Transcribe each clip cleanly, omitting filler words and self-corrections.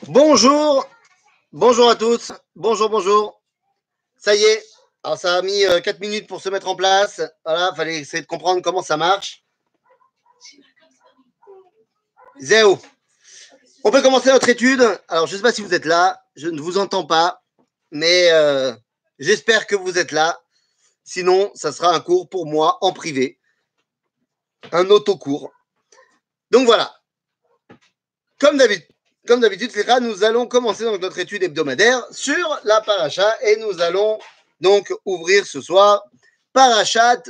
Bonjour, bonjour à tous, bonjour. Ça y est, alors ça a mis 4 minutes pour se mettre en place. Voilà, il fallait essayer de comprendre comment ça marche. Zéo. On peut commencer notre étude. Alors, je ne sais pas si vous êtes là, je ne vous entends pas, mais j'espère que vous êtes là. Sinon, ça sera un cours pour moi en privé, un autocours. Donc voilà, comme d'habitude, nous allons commencer donc notre étude hebdomadaire sur la paracha et nous allons donc ouvrir ce soir Parashat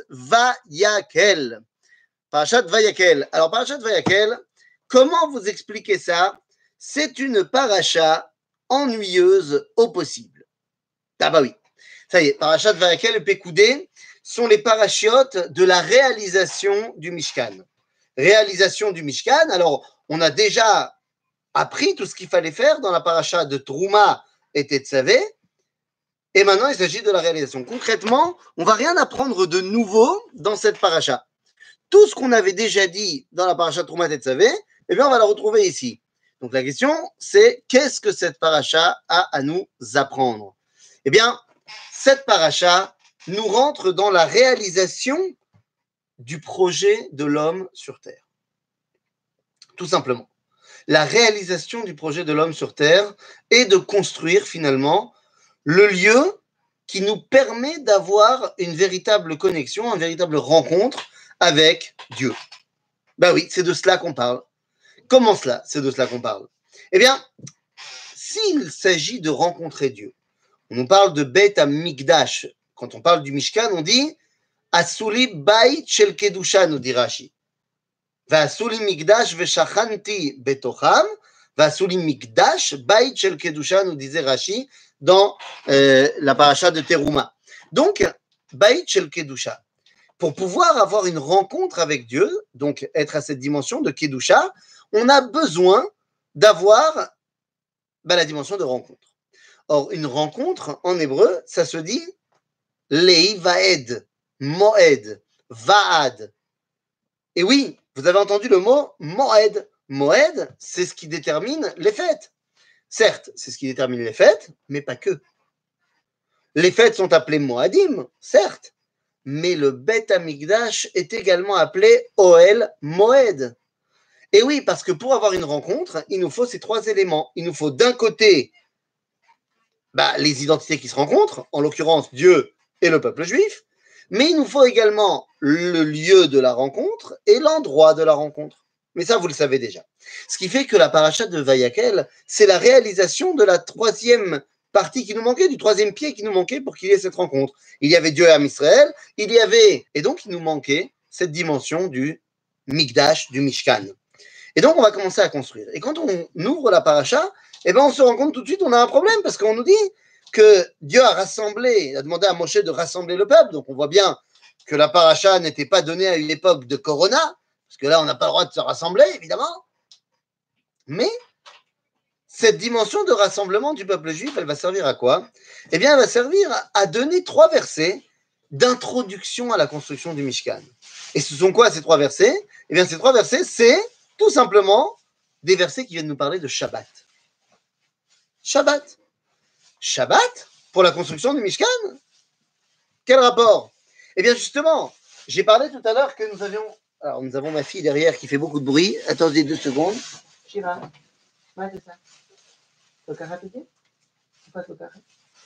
Vayakel. Parashat Vayakel. Alors, Parashat Vayakel, comment vous expliquer ça? C'est une paracha ennuyeuse au possible. Ah bah oui, ça y est, Parashat Vayakel et Pekoudé sont les parachiotes de la réalisation du Mishkan. Réalisation du Mishkan, alors on a déjà appris tout ce qu'il fallait faire dans la paracha de Trouma et Tetzavé, et maintenant il s'agit de la réalisation. Concrètement, on ne va rien apprendre de nouveau dans cette paracha. Tout ce qu'on avait déjà dit dans la paracha de Trouma et Tetzavé, eh bien on va le retrouver ici. Donc la question, c'est qu'est-ce que cette paracha a à nous apprendre? Eh bien, cette paracha nous rentre dans la réalisation du projet de l'homme sur Terre. Tout simplement. La réalisation du projet de l'homme sur Terre est de construire finalement le lieu qui nous permet d'avoir une véritable connexion, une véritable rencontre avec Dieu. Ben oui, c'est de cela qu'on parle. Comment cela? C'est de cela qu'on parle. Eh bien, s'il s'agit de rencontrer Dieu, on nous parle de Beit HaMikdash. Quand on parle du Mishkan, on dit Asuli Bait Shel Kedusha, nous dit Rashi. Va'asuli Mikdash ve'shachanti betocham. Va'asuli Mikdash Bait Shel Kedusha, nous disait Rashi dans la paracha de Teruma. Donc, Bait Shel Kedusha. Pour pouvoir avoir une rencontre avec Dieu, donc être à cette dimension de Kedusha, on a besoin d'avoir la dimension de rencontre. Or, une rencontre, en hébreu, ça se dit Lei Vaed, Moed, Vaad. Et oui, vous avez entendu le mot Moed. Moed, c'est ce qui détermine les fêtes. Certes, c'est ce qui détermine les fêtes, mais pas que. Les fêtes sont appelées Moadim, certes, mais le Beit HaMikdash est également appelé Ohel Moed. Et oui, parce que pour avoir une rencontre, il nous faut ces trois éléments. Il nous faut d'un côté les identités qui se rencontrent, en l'occurrence Dieu et le peuple juif, mais il nous faut également le lieu de la rencontre et l'endroit de la rencontre. Mais ça, vous le savez déjà. Ce qui fait que la paracha de Vayakel, c'est la réalisation de la troisième partie qui nous manquait, du troisième pied qui nous manquait pour qu'il y ait cette rencontre. Il y avait Dieu et Am Israël, et donc il nous manquait cette dimension du Mikdash, du Mishkan. Et donc on va commencer à construire. Et quand on ouvre la paracha, on se rend compte tout de suite, on a un problème, parce qu'on nous dit que Dieu a demandé à Moshe de rassembler le peuple. Donc on voit bien que la paracha n'était pas donnée à une époque de Corona, parce que là on n'a pas le droit de se rassembler, évidemment. Mais cette dimension de rassemblement du peuple juif, elle va servir à quoi? Elle va servir à donner 3 versets d'introduction à la construction du Mishkan. Et ce sont quoi ces 3 versets? Ces 3 versets, c'est tout simplement des versets qui viennent nous parler de Shabbat. Shabbat. Shabbat pour la construction du Mishkan? Quel rapport? Justement, j'ai parlé tout à l'heure que nous avons ma fille derrière qui fait beaucoup de bruit. Attendez 2 secondes. Shira, מה זה? לוקחת את זה? איפה את לוקחת?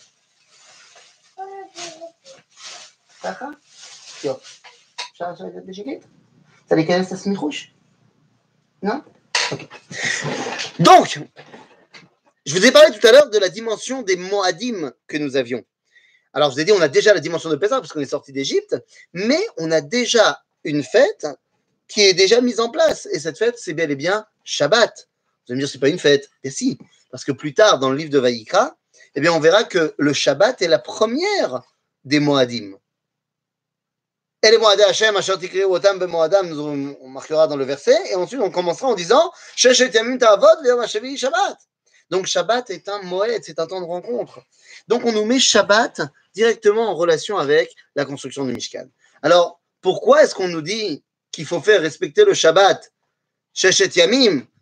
ככה? יופי. אפשר לעשות את זה בשקט? אתה להיכנס לסמיכוש? Non? Ok. Donc, je vous ai parlé tout à l'heure de la dimension des Moadim que nous avions. Alors, je vous ai dit, on a déjà la dimension de Pessah parce qu'on est sorti d'Égypte, mais on a déjà une fête qui est déjà mise en place. Et cette fête, c'est bel et bien Shabbat. Vous allez me dire, c'est pas une fête. Et si, parce que plus tard, dans le livre de Vayikra, on verra que le Shabbat est la première des Moadim. Et les Moadé Hashem, Asher Tikriu Otam Bemoadam, on marquera dans le verset, et ensuite on commencera en disant Sheshet Yamim Ta'avod Ve'yom HaShavi Shabbat. Donc Shabbat est un Moed, c'est un temps de rencontre. Donc on nous met Shabbat directement en relation avec la construction du Mishkan. Alors, pourquoi est-ce qu'on nous dit qu'il faut faire respecter le Shabbat? Sheshet Yamim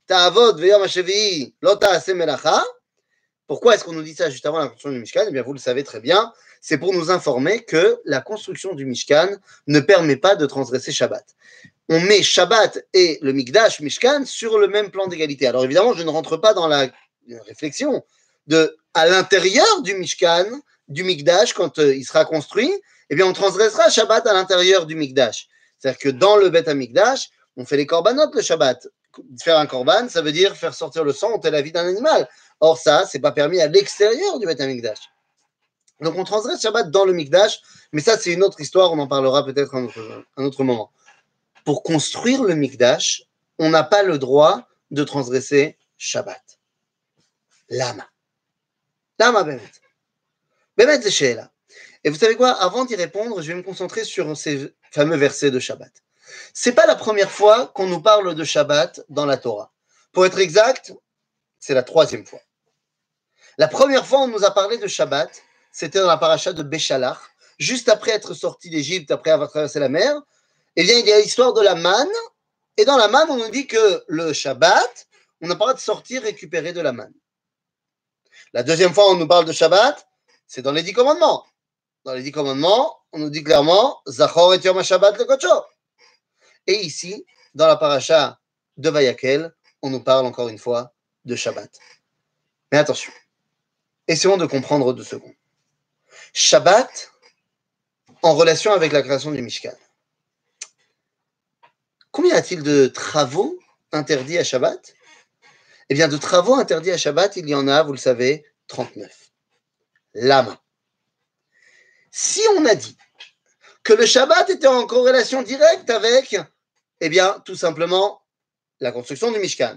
ta'avod veyom hashevi'i lo ta'aseh melacha. Pourquoi est-ce qu'on nous dit ça juste avant la construction du Mishkan? Eh bien, vous le savez très bien, c'est pour nous informer que la construction du Mishkan ne permet pas de transgresser Shabbat. On met Shabbat et le Mikdash, Mishkan, sur le même plan d'égalité. Alors évidemment, je ne rentre pas dans la réflexion de, à l'intérieur du Mishkan, du Mikdash, quand il sera construit, eh bien, on transgressera Shabbat à l'intérieur du Mikdash. C'est-à-dire que dans le Beth HaMikdash, on fait les korbanot le Shabbat. Faire un korban, ça veut dire faire sortir le sang, ôter la vie d'un animal. Or, ça, c'est pas permis à l'extérieur du Beth HaMikdash. Donc, on transgresse Shabbat dans le Mikdash, mais ça, c'est une autre histoire, on en parlera peut-être un autre moment. Pour construire le Mikdash, on n'a pas le droit de transgresser Shabbat. Lama. Lama, Bémet. Bémet, c'est Sheela. Et vous savez quoi? Avant d'y répondre, je vais me concentrer sur ces fameux versets de Shabbat. C'est pas la première fois qu'on nous parle de Shabbat dans la Torah. Pour être exact, c'est la 3e fois. La première fois, on nous a parlé de Shabbat, c'était dans la paracha de Béchalach, juste après être sorti d'Égypte, après avoir traversé la mer. Eh bien, il y a l'histoire de la manne, et dans la manne, on nous dit que le Shabbat, on n'a pas le droit de sortir récupérer de la manne. La 2e fois, on nous parle de Shabbat, c'est dans les 10 commandements. Dans les 10 commandements, on nous dit clairement Zachor et Yom HaShabbat le Kocho. Et ici, dans la paracha de Vayakel, on nous parle encore une fois de Shabbat. Mais attention, essayons de comprendre 2 secondes. Shabbat en relation avec la création du Mishkan. Combien y a-t-il de travaux interdits à Shabbat? Eh bien, de travaux interdits à Shabbat, il y en a, vous le savez, 39. Lama. Si on a dit que le Shabbat était en corrélation directe avec, eh bien, tout simplement, la construction du Mishkan,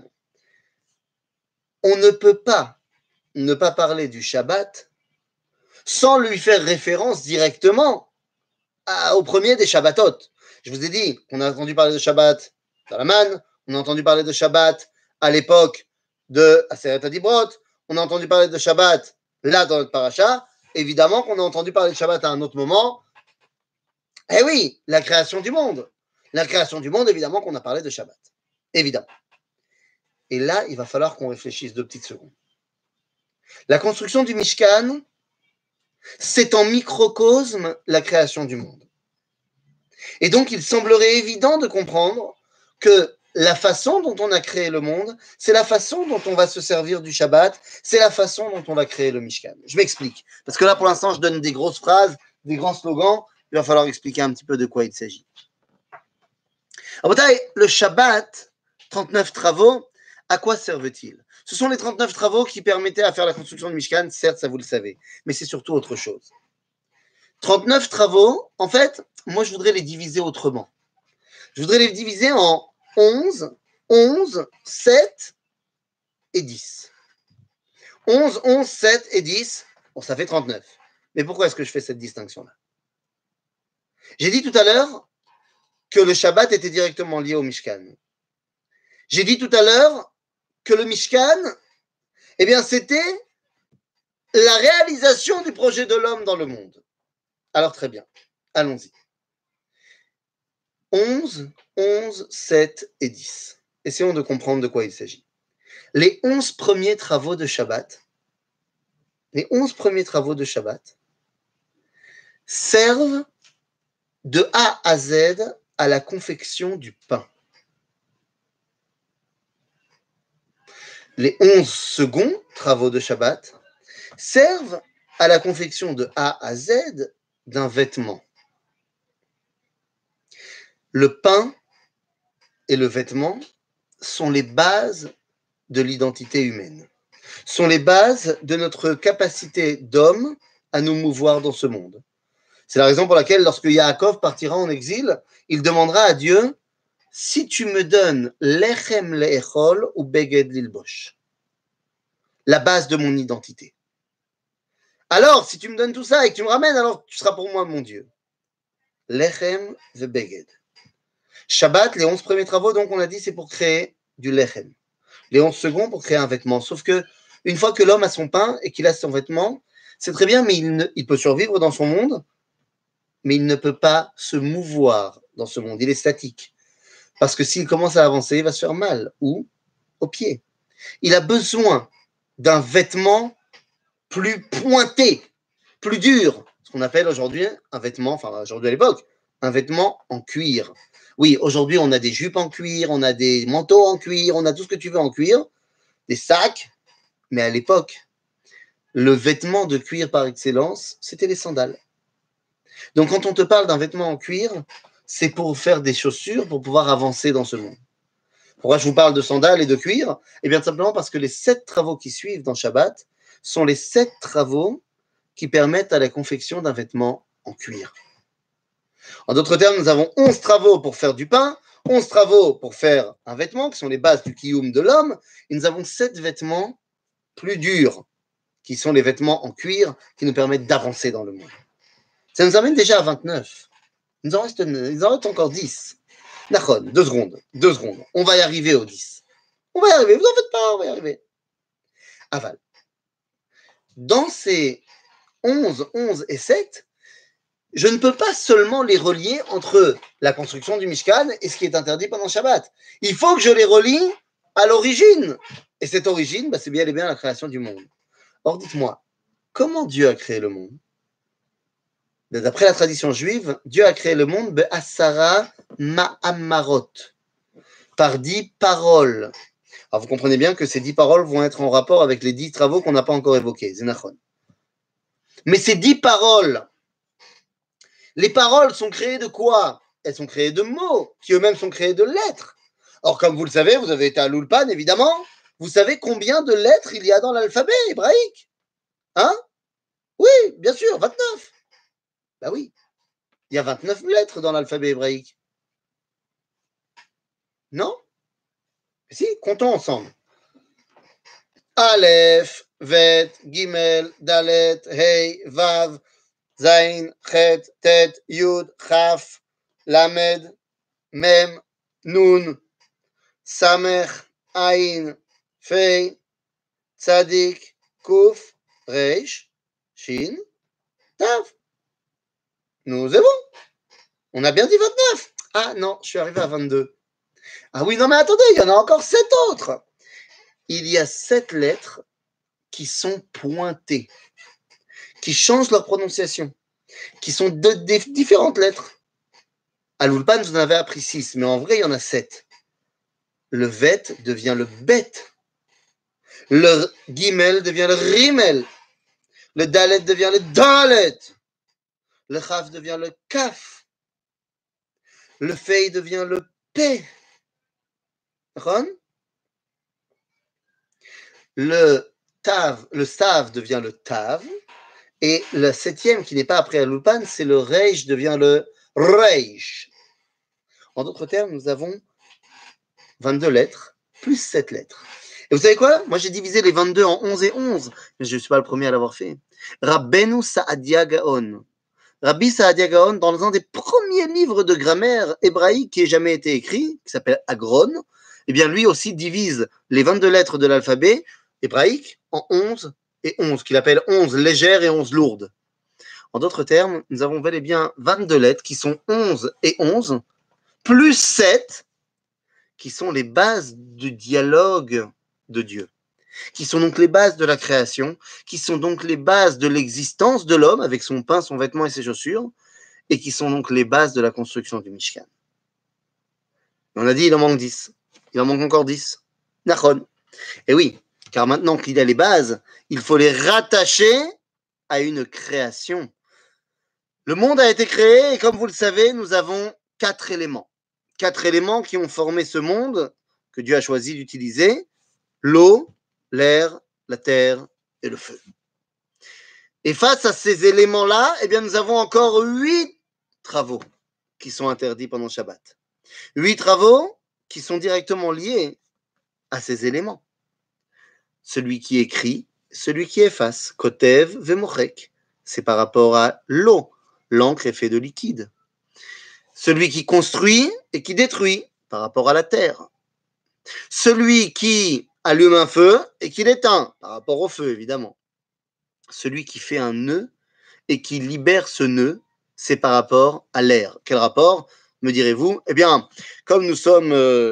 on ne peut pas ne pas parler du Shabbat sans lui faire référence directement au premier des Shabbatot. Je vous ai dit qu'on a entendu parler de Shabbat dans la manne, on a entendu parler de Shabbat à l'époque de Aseret HaDibrot, on a entendu parler de Shabbat là dans notre paracha. Évidemment qu'on a entendu parler de Shabbat à un autre moment. Eh oui, la création du monde. La création du monde, évidemment qu'on a parlé de Shabbat. Évidemment. Et là, il va falloir qu'on réfléchisse 2 petites secondes. La construction du Mishkan, c'est en microcosme la création du monde. Et donc, il semblerait évident de comprendre que la façon dont on a créé le monde, c'est la façon dont on va se servir du Shabbat, c'est la façon dont on va créer le Mishkan. Je m'explique. Parce que là, pour l'instant, je donne des grosses phrases, des grands slogans. Il va falloir expliquer un petit peu de quoi il s'agit. Le Shabbat, 39 travaux, à quoi servent-ils? Ce sont les 39 travaux qui permettaient à faire la construction du Mishkan, certes, ça vous le savez, mais c'est surtout autre chose. 39 travaux, en fait, moi je voudrais les diviser autrement. Je voudrais les diviser en 11, 7 et 10. 11, 7 et 10, bon, ça fait 39. Mais pourquoi est-ce que je fais cette distinction-là? J'ai dit tout à l'heure que le Shabbat était directement lié au Mishkan. J'ai dit tout à l'heure que le Mishkan, eh bien, c'était la réalisation du projet de l'homme dans le monde. Alors, très bien, allons-y. 11, 7 et 10. Essayons de comprendre de quoi il s'agit. Les 11 premiers travaux de Shabbat, servent de A à Z à la confection du pain. Les 11 seconds travaux de Shabbat servent à la confection de A à Z d'un vêtement. Le pain et le vêtement sont les bases de l'identité humaine, sont les bases de notre capacité d'homme à nous mouvoir dans ce monde. C'est la raison pour laquelle, lorsque Yaakov partira en exil, il demandera à Dieu « Si tu me donnes lechem le'echol ou beged lilbosh », la base de mon identité. Alors, si tu me donnes tout ça et que tu me ramènes, alors tu seras pour moi mon Dieu. Lechem ve beged. Shabbat, les 11 premiers travaux, donc on a dit, c'est pour créer du lechem. Les 11 seconds pour créer un vêtement. Sauf que, une fois que l'homme a son pain et qu'il a son vêtement, c'est très bien, mais il peut survivre dans son monde, mais il ne peut pas se mouvoir dans ce monde. Il est statique. Parce que s'il commence à avancer, il va se faire mal. Ou aux pieds. Il a besoin d'un vêtement plus pointé, plus dur, ce qu'on appelle aujourd'hui un vêtement, enfin aujourd'hui à l'époque, un vêtement en cuir. Oui, aujourd'hui on a des jupes en cuir, on a des manteaux en cuir, on a tout ce que tu veux en cuir, des sacs, mais à l'époque, le vêtement de cuir par excellence, c'était les sandales. Donc quand on te parle d'un vêtement en cuir, c'est pour faire des chaussures pour pouvoir avancer dans ce monde. Pourquoi je vous parle de sandales et de cuir? Eh bien, simplement parce que les 7 travaux qui suivent dans Shabbat sont les 7 travaux qui permettent à la confection d'un vêtement en cuir. En d'autres termes, nous avons 11 travaux pour faire du pain, 11 travaux pour faire un vêtement, qui sont les bases du kiyum de l'homme, et nous avons 7 vêtements plus durs, qui sont les vêtements en cuir, qui nous permettent d'avancer dans le monde. Ça nous amène déjà à 29. Il en reste encore 10. Nachon, 2 secondes. On va y arriver aux 10. On va y arriver, vous en faites pas, on va y arriver. Aval. Dans ces 11 et 7, je ne peux pas seulement les relier entre la construction du Mishkan et ce qui est interdit pendant Shabbat. Il faut que je les relie à l'origine. Et cette origine, c'est bien et bien la création du monde. Or, dites-moi, comment Dieu a créé le monde? D'après la tradition juive, Dieu a créé le monde be'asara ma'amarot, par 10 paroles. Alors vous comprenez bien que ces 10 paroles vont être en rapport avec les 10 travaux qu'on n'a pas encore évoqués, Zénachon. Mais ces 10 paroles, les paroles sont créées de quoi? Elles sont créées de mots, qui eux-mêmes sont créés de lettres. Or, comme vous le savez, vous avez été à l'Ulpan, évidemment, vous savez combien de lettres il y a dans l'alphabet hébraïque? Hein? Oui, bien sûr, 29. Bah oui, il y a 29 lettres dans l'alphabet hébraïque. Non? Si, comptons ensemble. Aleph, Vet, Gimel, Dalet, Hey, Vav, Zain, Chet, Tet, Yud, Chaf, Lamed, Mem, Nun, Samech, Ain, Fei, Tzadik, Kuf, Reish, Shin, Tav. Nous c'est bon. On a bien dit 29. Ah non, je suis arrivé à 22. Ah oui, non mais attendez, il y en a encore 7 autres. Il y a 7 lettres qui sont pointées, qui changent leur prononciation, qui sont de différentes lettres. À l'Ulpan, vous en avez appris 6, mais en vrai, il y en a 7. Le vet devient le bet. Le gimel devient le rimel. Le dalet devient le dalet. Le chaf devient le kaf. Le fei devient le p. Ron? Le stav devient le tav. Et le 7e, qui n'est pas après l'Ulpan, c'est le reish devient le reish. En d'autres termes, nous avons 22 lettres plus 7 lettres. Et vous savez quoi? Moi, j'ai divisé les 22 en 11 et 11, mais je ne suis pas le premier à l'avoir fait. Rabbeinu Saadia Gaon. Rabbi Saadia Gaon, dans un des premiers livres de grammaire hébraïque qui ait jamais été écrit, qui s'appelle Agron, eh bien, lui aussi divise les 22 lettres de l'alphabet hébraïque en 11 et 11, qu'il appelle 11 légères et 11 lourdes. En d'autres termes, nous avons bel et bien 22 lettres qui sont 11 et 11, plus 7, qui sont les bases du dialogue de Dieu, qui sont donc les bases de la création, qui sont donc les bases de l'existence de l'homme avec son pain, son vêtement et ses chaussures, et qui sont donc les bases de la construction du Mishkan. On a dit il en manque 10. Il en manque encore 10. Nachon. Et oui, car maintenant qu'il a les bases, il faut les rattacher à une création. Le monde a été créé et comme vous le savez, nous avons 4 éléments. 4 éléments qui ont formé ce monde que Dieu a choisi d'utiliser: l'eau, l'air, la terre et le feu. Et face à ces éléments-là, eh bien, nous avons encore 8 travaux qui sont interdits pendant Shabbat. 8 travaux qui sont directement liés à ces éléments. Celui qui écrit, celui qui efface, kotev vemochek, c'est par rapport à l'eau. L'encre est faite de liquide. Celui qui construit et qui détruit, par rapport à la terre. Celui qui allume un feu et qui l'éteint, par rapport au feu, évidemment. Celui qui fait un nœud et qui libère ce nœud, c'est par rapport à l'air. Quel rapport, me direz-vous? Eh bien, comme nous sommes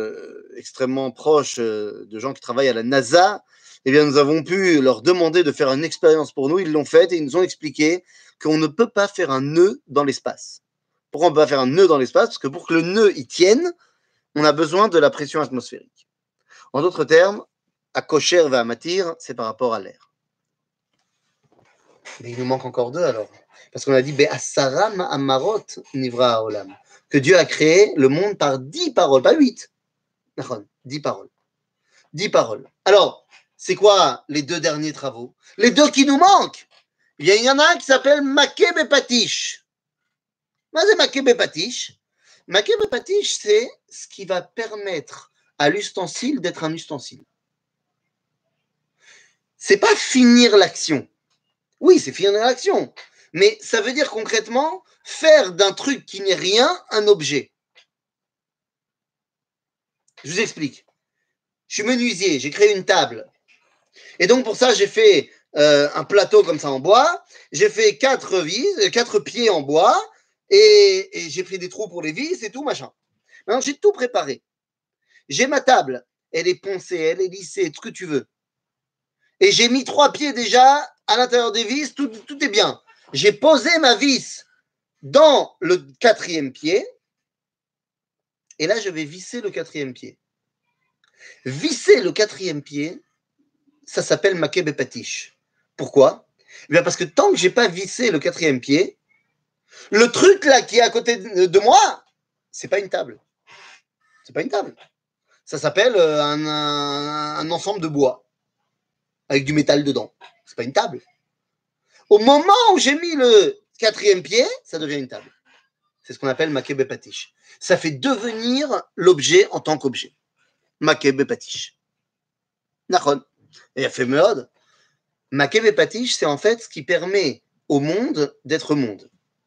extrêmement proches de gens qui travaillent à la NASA, eh bien, nous avons pu leur demander de faire une expérience pour nous. Ils l'ont faite et ils nous ont expliqué qu'on ne peut pas faire un nœud dans l'espace. Pourquoi on ne peut pas faire un nœud dans l'espace? Parce que pour que le nœud y tienne, on a besoin de la pression atmosphérique. En d'autres termes, à Kocher va matir, c'est par rapport à l'air. Mais il nous manque encore deux alors. Parce qu'on a dit Be'asara ma'amarot nivra ha'olam, que Dieu a créé le monde par 10 paroles, pas 8. 10 paroles. 10 paroles. Alors, c'est quoi les deux derniers travaux? Les deux qui nous manquent. Il y en a un qui s'appelle Maké Bepatish. Qu'est-ce que Maké Bepatish? Maké Bepatish, c'est ce qui va permettre à l'ustensile d'être un ustensile. C'est pas finir l'action. Oui, c'est finir l'action. Mais ça veut dire concrètement faire d'un truc qui n'est rien un objet. Je vous explique. Je suis menuisier, j'ai créé une table. Et donc pour ça, j'ai fait un plateau comme ça en bois. J'ai fait 4 pieds en bois et j'ai pris des trous pour les vis et tout, machin. Maintenant, j'ai tout préparé. J'ai ma table. Elle est poncée, elle est lissée, tout ce que tu veux. Et j'ai mis 3 pieds déjà à l'intérieur des vis, tout est bien. J'ai posé ma vis dans le 4e pied et là, je vais visser le 4e pied. Visser le 4e pied, ça s'appelle Maké Bepatish. Pourquoi? Eh bien parce que tant que j'ai pas vissé le 4e pied, le truc là qui est à côté de moi, c'est pas une table. C'est pas une table. Ça s'appelle un ensemble de bois avec du métal dedans. C'est pas une table. Au moment où j'ai mis le 4e pied, ça devient une table. C'est ce qu'on appelle Maké Bepatish. Ça fait devenir l'objet en tant qu'objet. Maké Bepatish. Nachon. Et fait mode. Maké Bepatish, c'est en fait ce qui permet au monde d'être monde.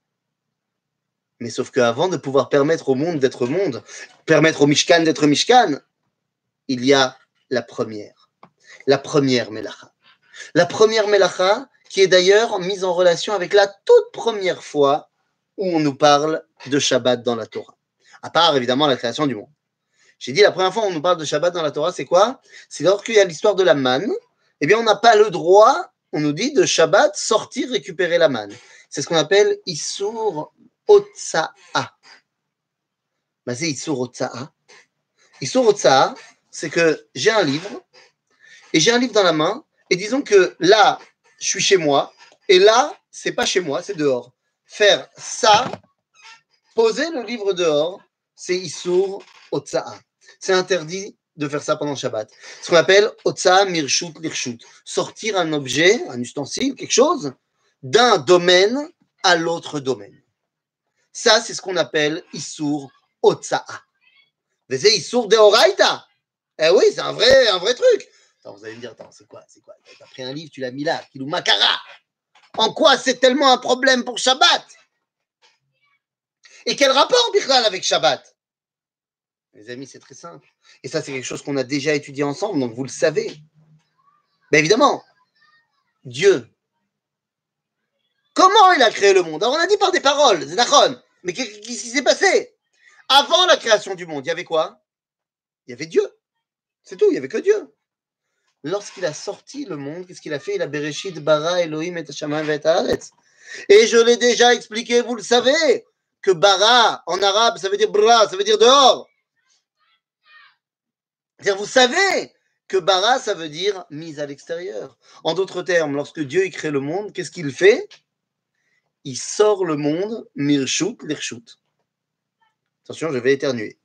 Mais sauf qu'avant de pouvoir permettre au monde d'être monde, permettre au Mishkan d'être Mishkan, il y a la première Melacha. La première Melacha qui est d'ailleurs mise en relation avec la toute première fois où on nous parle de Shabbat dans la Torah. À part évidemment la création du monde. J'ai dit la première fois où on nous parle de Shabbat dans la Torah, c'est quoi? C'est lorsqu'il y a l'histoire de la manne. Eh bien, on n'a pas le droit, on nous dit, de Shabbat sortir récupérer la manne. C'est ce qu'on appelle Issur Otsa'a. Mais c'est Issur Otsa'a. Issur Otsa'a, c'est que j'ai un livre, et j'ai un livre dans la main, et disons que là, je suis chez moi, et là, c'est pas chez moi, c'est dehors. Faire ça, poser le livre dehors, c'est Issur Otsa'a. C'est interdit de faire ça pendant Shabbat. Ce qu'on appelle Otsa'a Mirshut Lirshut. Sortir un objet, un ustensile, quelque chose, d'un domaine à l'autre domaine. Ça, c'est ce qu'on appelle Issur Otsa'a. Mais c'est Issur Deoraita. Eh oui, c'est un vrai truc. Attends, vous allez me dire, attends, c'est quoi? T'as pris un livre, tu l'as mis là, Kilou Makara. En quoi c'est tellement un problème pour Shabbat? Et quel rapport, Bichlal, avec Shabbat? Les amis, c'est très simple. Et ça, c'est quelque chose qu'on a déjà étudié ensemble, donc vous le savez. Ben évidemment, Dieu, comment il a créé le monde? Alors, on a dit par des paroles, c'est Nachon. Mais qu'est-ce qui s'est passé? Avant la création du monde, il y avait quoi? Il y avait Dieu. C'est tout, il n'y avait que Dieu. Lorsqu'il a sorti le monde, qu'est-ce qu'il a fait? Il a Bereshit bara Elohim et Hashamayim et Haaretz. Et je l'ai déjà expliqué, vous le savez, que bara, en arabe, ça veut dire bra, ça veut dire dehors. C'est-à-dire, vous savez que bara, ça veut dire mise à l'extérieur. En d'autres termes, lorsque Dieu crée le monde, qu'est-ce qu'il fait? Il sort le monde, mirshut, lirshut. Attention, je vais éternuer.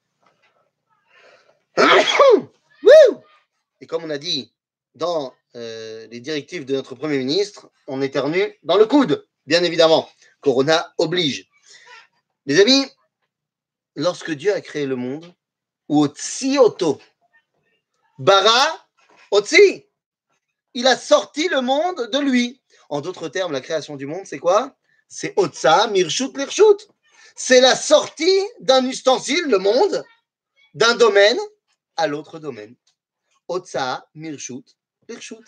Et comme on a dit dans les directives de notre Premier ministre, on éternue dans le coude, bien évidemment. Corona oblige. Les amis, lorsque Dieu a créé le monde, ou Otsi Oto, bara, Otsi, il a sorti le monde de lui. En d'autres termes, la création du monde, c'est quoi? C'est Otsa, Mirshut, Lirshut. C'est la sortie d'un ustensile, le monde, d'un domaine à l'autre domaine. Otsa, Mirshut, Lirshut.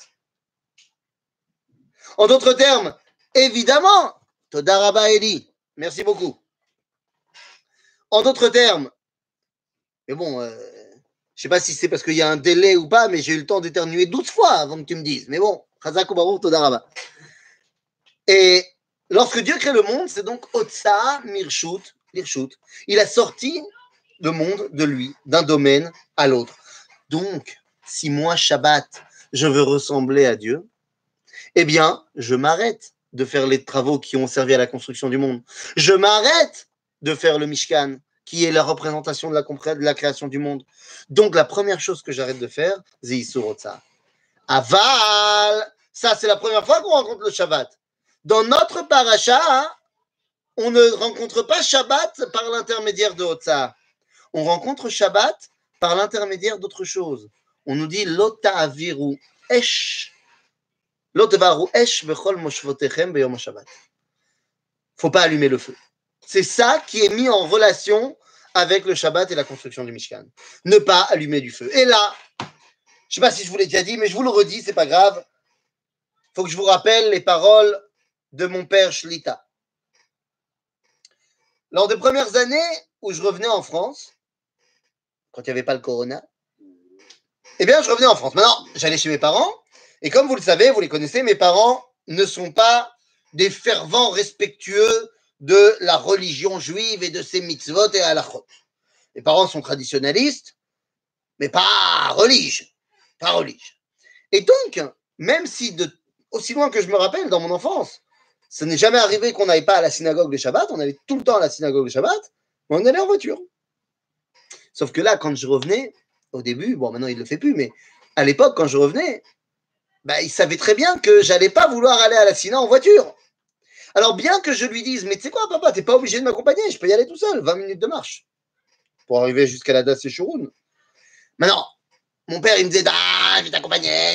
En d'autres termes, évidemment, Todaraba Eli, merci beaucoup. En d'autres termes, mais bon, Je sais pas si c'est parce qu'il y a un délai ou pas, mais j'ai eu le temps d'éternuer 12 fois avant que tu me dises. Mais bon, Chazak ou Baruch Todaraba. Et lorsque Dieu crée le monde, c'est donc Otsa Mirshut, Lirshut. Il a sorti le monde de lui, d'un domaine à l'autre. Donc, si moi, Shabbat, je veux ressembler à Dieu, eh bien, je m'arrête de faire les travaux qui ont servi à la construction du monde. Je m'arrête de faire le Mishkan, qui est la représentation de la création du monde. Donc, la première chose que j'arrête de faire, c'est Isur Otsa. Aval, ça, c'est la première fois qu'on rencontre le Shabbat. Dans notre paracha, on ne rencontre pas Shabbat par l'intermédiaire de Otsa. On rencontre Shabbat par l'intermédiaire d'autre chose. On nous dit Lota aviru esh. Lotevaru esh bechol moshvotechem beyom Shabbat. Faut pas allumer le feu. C'est ça qui est mis en relation avec le Shabbat et la construction du Mishkan. Ne pas allumer du feu. Et là, je sais pas si je vous l'ai déjà dit, mais je vous le redis, c'est pas grave. Faut que je vous rappelle les paroles de mon père Shlita. Lors des premières années où je revenais en France, quand il n'y avait pas le corona, eh bien, je revenais en France. Maintenant, j'allais chez mes parents, et comme vous le savez, vous les connaissez, mes parents ne sont pas des fervents respectueux de la religion juive et de ses mitzvot et halachot. Mes parents sont traditionnalistes, mais pas religieux. Pas religieux. Et donc, même si aussi loin que je me rappelle, dans mon enfance, ça n'est jamais arrivé qu'on n'aille pas à la synagogue le Shabbat, on allait tout le temps à la synagogue le Shabbat, mais on allait en voiture. Sauf que là, quand je revenais, au début, bon, maintenant il ne le fait plus, mais à l'époque, quand je revenais, bah, il savait très bien que j'allais pas vouloir aller à la syna en voiture. Alors, bien que je lui dise, mais tu sais quoi, papa, t'es pas obligé de m'accompagner, je peux y aller tout seul, 20 minutes de marche, pour arriver jusqu'à la Das et Shurun. Maintenant, mon père, il me disait, ah, je vais t'accompagner,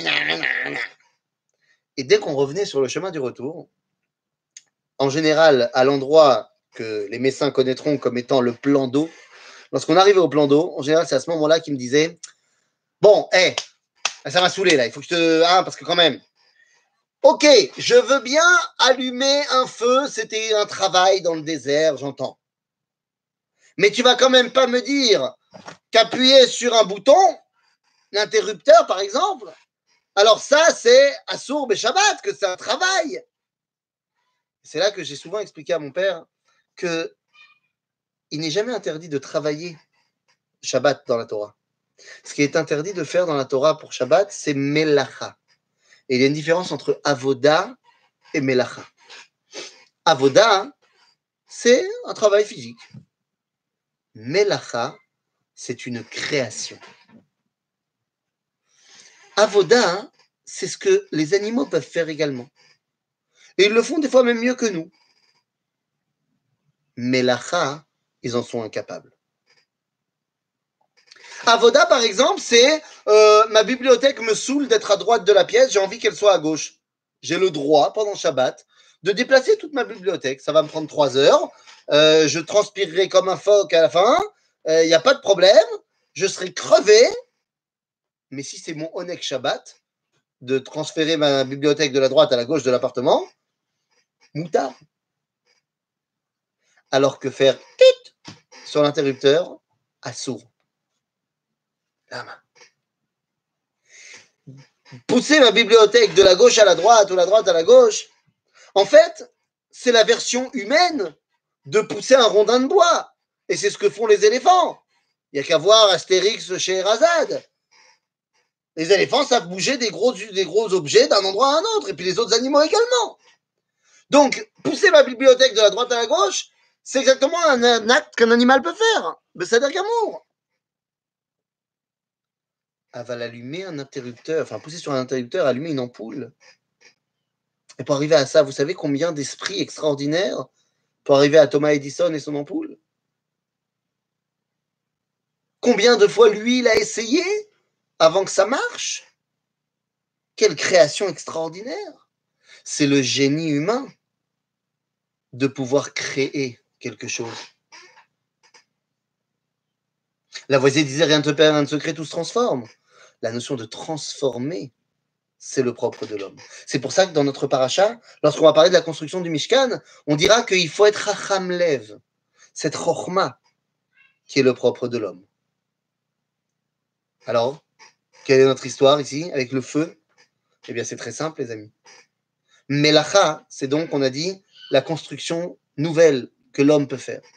et dès qu'on revenait sur le chemin du retour, en général, à l'endroit que les Messins connaîtront comme étant le plan d'eau, lorsqu'on arrivait au plan d'eau, en général, c'est à ce moment-là qu'il me disait, bon, hé, ça m'a saoulé là, il faut que je te... Hein, parce que quand même, ok, je veux bien allumer un feu, c'était un travail dans le désert, j'entends. Mais tu vas quand même pas me dire qu'appuyer sur un bouton, l'interrupteur par exemple, alors ça c'est Assour Shabbat, que c'est un travail. C'est là que j'ai souvent expliqué à mon père que il n'est jamais interdit de travailler Shabbat dans la Torah. Ce qui est interdit de faire dans la Torah pour Shabbat, c'est Melacha. Et il y a une différence entre Avoda et Melacha. Avoda, c'est un travail physique. Melacha, c'est une création. Avoda, c'est ce que les animaux peuvent faire également. Et ils le font des fois même mieux que nous. Melacha, ils en sont incapables. Avoda, par exemple, c'est ma bibliothèque me saoule d'être à droite de la pièce, j'ai envie qu'elle soit à gauche. J'ai le droit, pendant Shabbat, de déplacer toute ma bibliothèque. Ça va me prendre 3 heures. Je transpirerai comme un phoque à la fin. Il n'y a pas de problème. Je serai crevé. Mais si c'est mon Onek Shabbat, de transférer ma bibliothèque de la droite à la gauche de l'appartement, moutard. Alors que faire tit sur l'interrupteur, assourd. La main. Pousser ma bibliothèque de la gauche à la droite ou la droite à la gauche, en fait, c'est la version humaine de pousser un rondin de bois. Et c'est ce que font les éléphants. Il n'y a qu'à voir Astérix chez Erazade. Les éléphants savent bouger des gros objets d'un endroit à un autre, et puis les autres animaux également. Donc, pousser ma bibliothèque de la droite à la gauche, c'est exactement un acte qu'un animal peut faire. Mais ça veut dire qu'amour. Elle va allumer un interrupteur, enfin pousser sur un interrupteur, allumer une ampoule. Et pour arriver à ça, vous savez combien d'esprits extraordinaires pour arriver à Thomas Edison et son ampoule? Combien de fois lui, il a essayé avant que ça marche? Quelle création extraordinaire! C'est le génie humain de pouvoir créer quelque chose. Lavoisier disait rien ne te perd, rien ne se crée, tout se transforme. La notion de transformer, c'est le propre de l'homme. C'est pour ça que dans notre paracha, lorsqu'on va parler de la construction du Mishkan, on dira qu'il faut être Chacham Lev, cette Chochma qui est le propre de l'homme. Alors, quelle est notre histoire ici avec le feu? Eh bien, c'est très simple, les amis. Melacha, c'est donc, on a dit, la construction nouvelle que l'homme peut faire.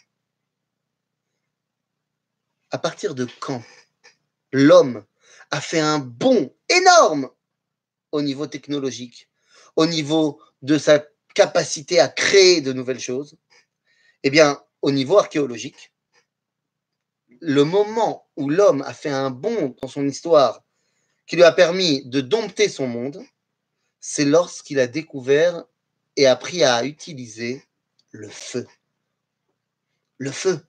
À partir de quand l'homme a fait un bond énorme au niveau technologique, au niveau de sa capacité à créer de nouvelles choses? Eh bien, au niveau archéologique, le moment où l'homme a fait un bond dans son histoire qui lui a permis de dompter son monde, c'est lorsqu'il a découvert et appris à utiliser le feu. Le feu.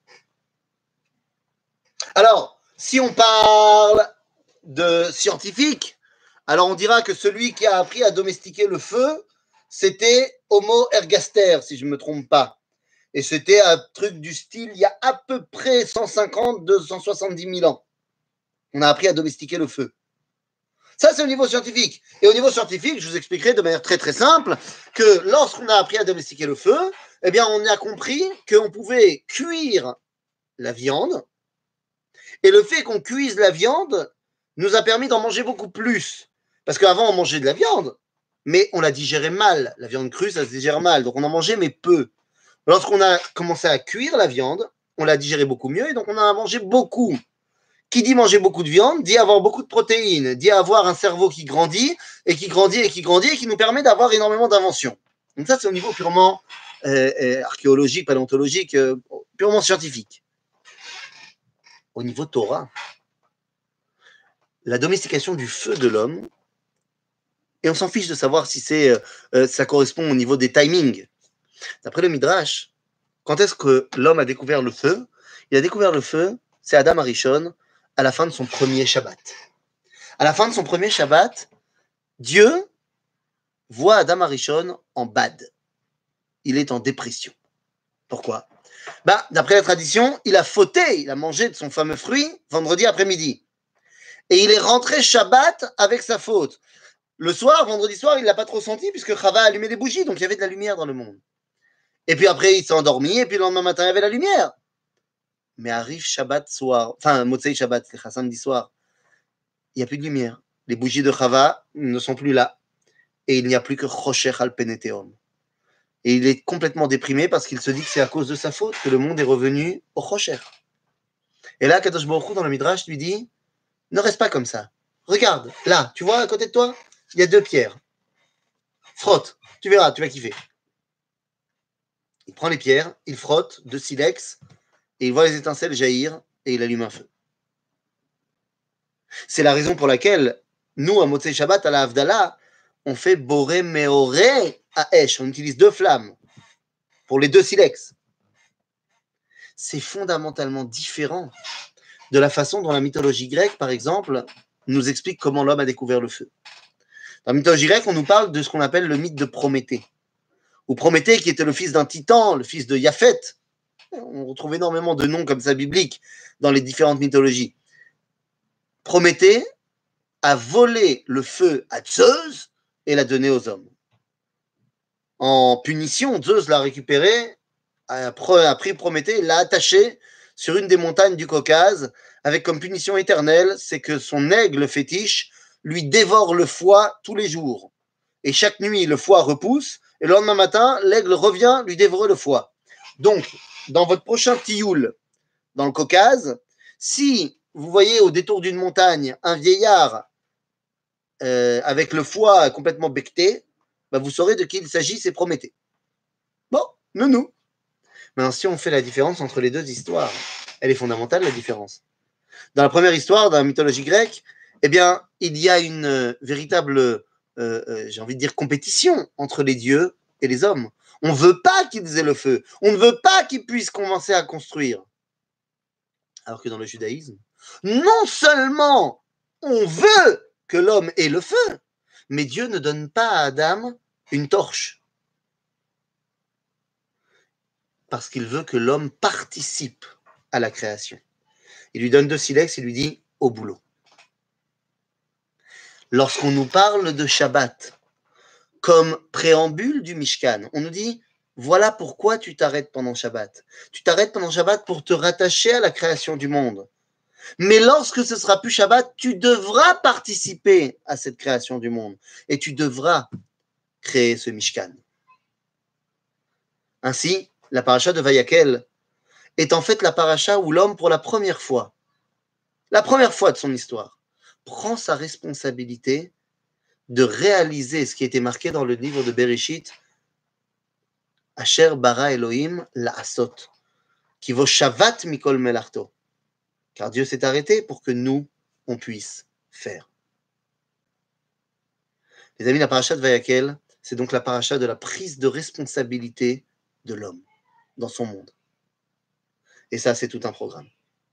Alors, si on parle de scientifique, alors on dira que celui qui a appris à domestiquer le feu, c'était Homo ergaster, si je ne me trompe pas. Et c'était un truc du style, il y a à peu près 150-270 000 ans. On a appris à domestiquer le feu. Ça, c'est au niveau scientifique. Et au niveau scientifique, je vous expliquerai de manière très très simple que lorsqu'on a appris à domestiquer le feu, eh bien, on a compris qu'on pouvait cuire la viande. Et le fait qu'on cuise la viande nous a permis d'en manger beaucoup plus. Parce qu'avant, on mangeait de la viande, mais on la digérait mal. La viande crue, ça se digère mal. Donc, on en mangeait, mais peu. Lorsqu'on a commencé à cuire la viande, on la digérait beaucoup mieux et donc on en a mangé beaucoup. Qui dit manger beaucoup de viande, dit avoir beaucoup de protéines, dit avoir un cerveau qui grandit et qui grandit et qui grandit et qui nous permet d'avoir énormément d'inventions. Donc ça, c'est au niveau purement archéologique, paléontologique, purement scientifique. Au niveau Torah, la domestication du feu de l'homme, et on s'en fiche de savoir si ça correspond au niveau des timings. D'après le Midrash, quand est-ce que l'homme a découvert le feu? Il a découvert le feu, c'est Adam Arishon, à la fin de son premier Shabbat. À la fin de son premier Shabbat, Dieu voit Adam Arishon en bad. Il est en dépression. Pourquoi? D'après la tradition, il a fauté, il a mangé de son fameux fruit vendredi après-midi. Et il est rentré Shabbat avec sa faute. Le soir, vendredi soir, il ne l'a pas trop senti puisque Chava a allumé des bougies, donc il y avait de la lumière dans le monde. Et puis après, il s'est endormi, et puis le lendemain matin, il y avait la lumière. Mais arrive Shabbat soir, enfin, Motzei Shabbat, c'est samedi soir, il n'y a plus de lumière. Les bougies de Chava ne sont plus là. Et il n'y a plus que Chosher al Peneteum. Et il est complètement déprimé parce qu'il se dit que c'est à cause de sa faute que le monde est revenu au Chosher. Et là, Kadosh Baruch Hu, dans le Midrash, lui dit, ne reste pas comme ça. Regarde, là, tu vois à côté de toi, il y a 2 pierres. Frotte, tu verras, tu vas kiffer. Il prend les pierres, il frotte de silex, et il voit les étincelles jaillir, et il allume un feu. C'est la raison pour laquelle, nous, à Motzei Shabbat, à la Havdalah, on fait Boré Meoré à Esh. On utilise 2 flammes pour les 2 silex. C'est fondamentalement différent de la façon dont la mythologie grecque, par exemple, nous explique comment l'homme a découvert le feu. Dans la mythologie grecque, on nous parle de ce qu'on appelle le mythe de Prométhée. Ou Prométhée, qui était le fils d'un titan, le fils de Japhet. On retrouve énormément de noms comme ça bibliques dans les différentes mythologies. Prométhée a volé le feu à Zeus et l'a donné aux hommes. En punition, Zeus l'a récupéré, a pris Prométhée et l'a attaché sur une des montagnes du Caucase, avec comme punition éternelle, c'est que son aigle fétiche lui dévore le foie tous les jours. Et chaque nuit, le foie repousse, et le lendemain matin, l'aigle revient lui dévorer le foie. Donc, dans votre prochain tioul, dans le Caucase, si vous voyez au détour d'une montagne un vieillard avec le foie complètement becté, vous saurez de qui il s'agit, c'est Prométhée. Bon, nous. Maintenant, si on fait la différence entre les 2 histoires, elle est fondamentale, la différence. Dans la première histoire, dans la mythologie grecque, eh bien, il y a une véritable, j'ai envie de dire, compétition entre les dieux et les hommes. On ne veut pas qu'ils aient le feu. On ne veut pas qu'ils puissent commencer à construire. Alors que dans le judaïsme, non seulement on veut que l'homme ait le feu, mais Dieu ne donne pas à Adam une torche. Parce qu'il veut que l'homme participe à la création. Il lui donne 2 silex, il lui dit au boulot. Lorsqu'on nous parle de Shabbat comme préambule du Mishkan, on nous dit voilà pourquoi tu t'arrêtes pendant Shabbat. Tu t'arrêtes pendant Shabbat pour te rattacher à la création du monde. Mais lorsque ce sera plus Shabbat, tu devras participer à cette création du monde et tu devras créer ce Mishkan. Ainsi, la paracha de Vayakel est en fait la paracha où l'homme, pour la première fois de son histoire, prend sa responsabilité de réaliser ce qui était marqué dans le livre de Bereshit, Asher bara Elohim la'asot, qui vaut Shavat mikol melarto. Car Dieu s'est arrêté pour que nous, on puisse faire. Les amis, la paracha de Vayakel, c'est donc la paracha de la prise de responsabilité de l'homme dans son monde. Et ça, c'est tout un programme.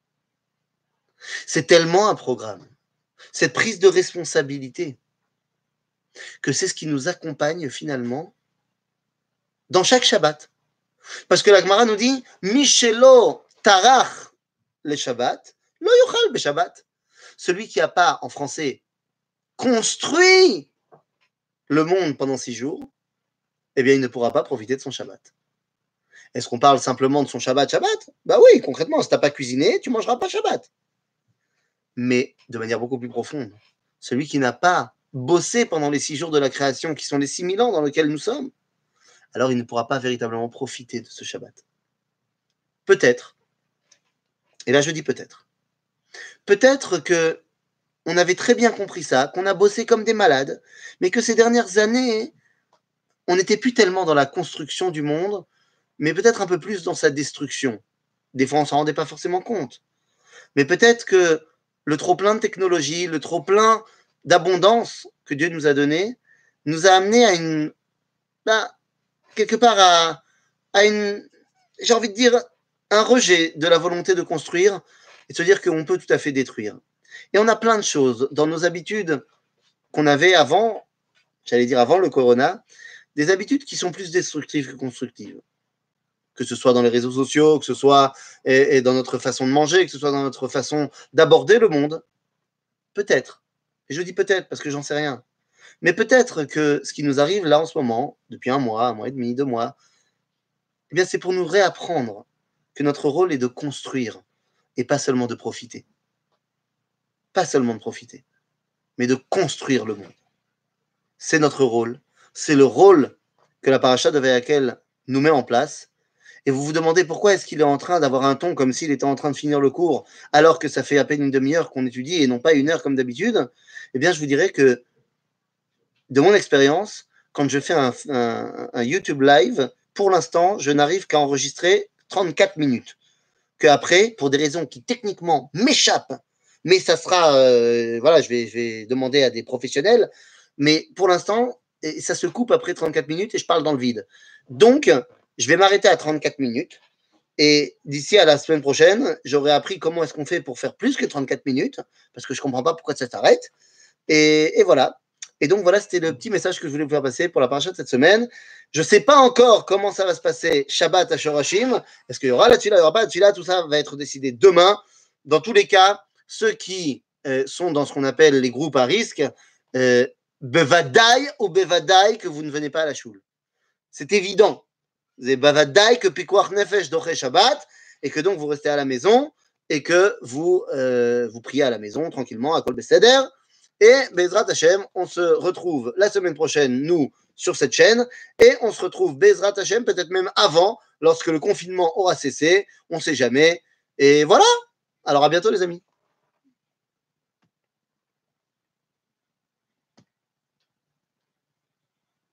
C'est tellement un programme, cette prise de responsabilité, que c'est ce qui nous accompagne finalement dans chaque Shabbat. Parce que la Gemara nous dit Mishelo tarach le Shabbat, lo yochal be Shabbat. Celui qui n'a pas, en français, construit le monde pendant 6 jours, eh bien, il ne pourra pas profiter de son Shabbat. Est-ce qu'on parle simplement de son Shabbat? Bah oui, concrètement, si tu n'as pas cuisiné, tu ne mangeras pas Shabbat. Mais de manière beaucoup plus profonde, celui qui n'a pas bossé pendant les 6 jours de la création, qui sont les 6000 ans dans lesquels nous sommes, alors il ne pourra pas véritablement profiter de ce Shabbat. Peut-être, et là je dis peut-être que on avait très bien compris ça, qu'on a bossé comme des malades, mais que ces dernières années, on n'était plus tellement dans la construction du monde, mais peut-être un peu plus dans sa destruction. Des fois, on ne s'en rendait pas forcément compte. Mais peut-être que le trop-plein de technologie, le trop-plein d'abondance que Dieu nous a donné, nous a amené à une... quelque part à une... j'ai envie de dire, un rejet de la volonté de construire et de se dire qu'on peut tout à fait détruire. Et on a plein de choses dans nos habitudes qu'on avait avant, j'allais dire avant le corona, des habitudes qui sont plus destructives que constructives. Que ce soit dans les réseaux sociaux, que ce soit et dans notre façon de manger, que ce soit dans notre façon d'aborder le monde. Peut-être. Et je dis peut-être parce que j'en sais rien. Mais peut-être que ce qui nous arrive là en ce moment, depuis 1 mois et demi, 2 mois, eh bien c'est pour nous réapprendre que notre rôle est de construire et pas seulement de profiter. Pas seulement de profiter, mais de construire le monde. C'est notre rôle. C'est le rôle que la paracha de Vayakel nous met en place. Et vous vous demandez pourquoi est-ce qu'il est en train d'avoir un ton comme s'il était en train de finir le cours, alors que ça fait à peine une demi-heure qu'on étudie et non pas 1 heure comme d'habitude. Eh bien, je vous dirais que, de mon expérience, quand je fais un YouTube live, pour l'instant, je n'arrive qu'à enregistrer 34 minutes. Qu'après, pour des raisons qui techniquement m'échappent, mais ça sera, voilà, je vais demander à des professionnels, mais pour l'instant, ça se coupe après 34 minutes et je parle dans le vide. Donc, je vais m'arrêter à 34 minutes et d'ici à la semaine prochaine, j'aurai appris comment est-ce qu'on fait pour faire plus que 34 minutes, parce que je ne comprends pas pourquoi ça s'arrête. Et voilà. Et donc, voilà, c'était le petit message que je voulais vous faire passer pour la paracha de cette semaine. Je ne sais pas encore comment ça va se passer Shabbat à Shorashim. Est-ce qu'il y aura la tefila, il n'y aura pas la tefila? Tout ça va être décidé demain. Dans tous les cas, ceux qui sont dans ce qu'on appelle les groupes à risque, bevadaï ou bevadaï que vous ne venez pas à la choule. C'est évident. C'est bevadaï que pikuach nefesh doche Shabbat et que donc vous restez à la maison et que vous priez à la maison tranquillement à Kol Beseder. Et Bezrat Hashem, on se retrouve la semaine prochaine, nous, sur cette chaîne, et on se retrouve Bezrat Hashem, peut-être même avant, lorsque le confinement aura cessé, on ne sait jamais. Et voilà. Alors à bientôt les amis.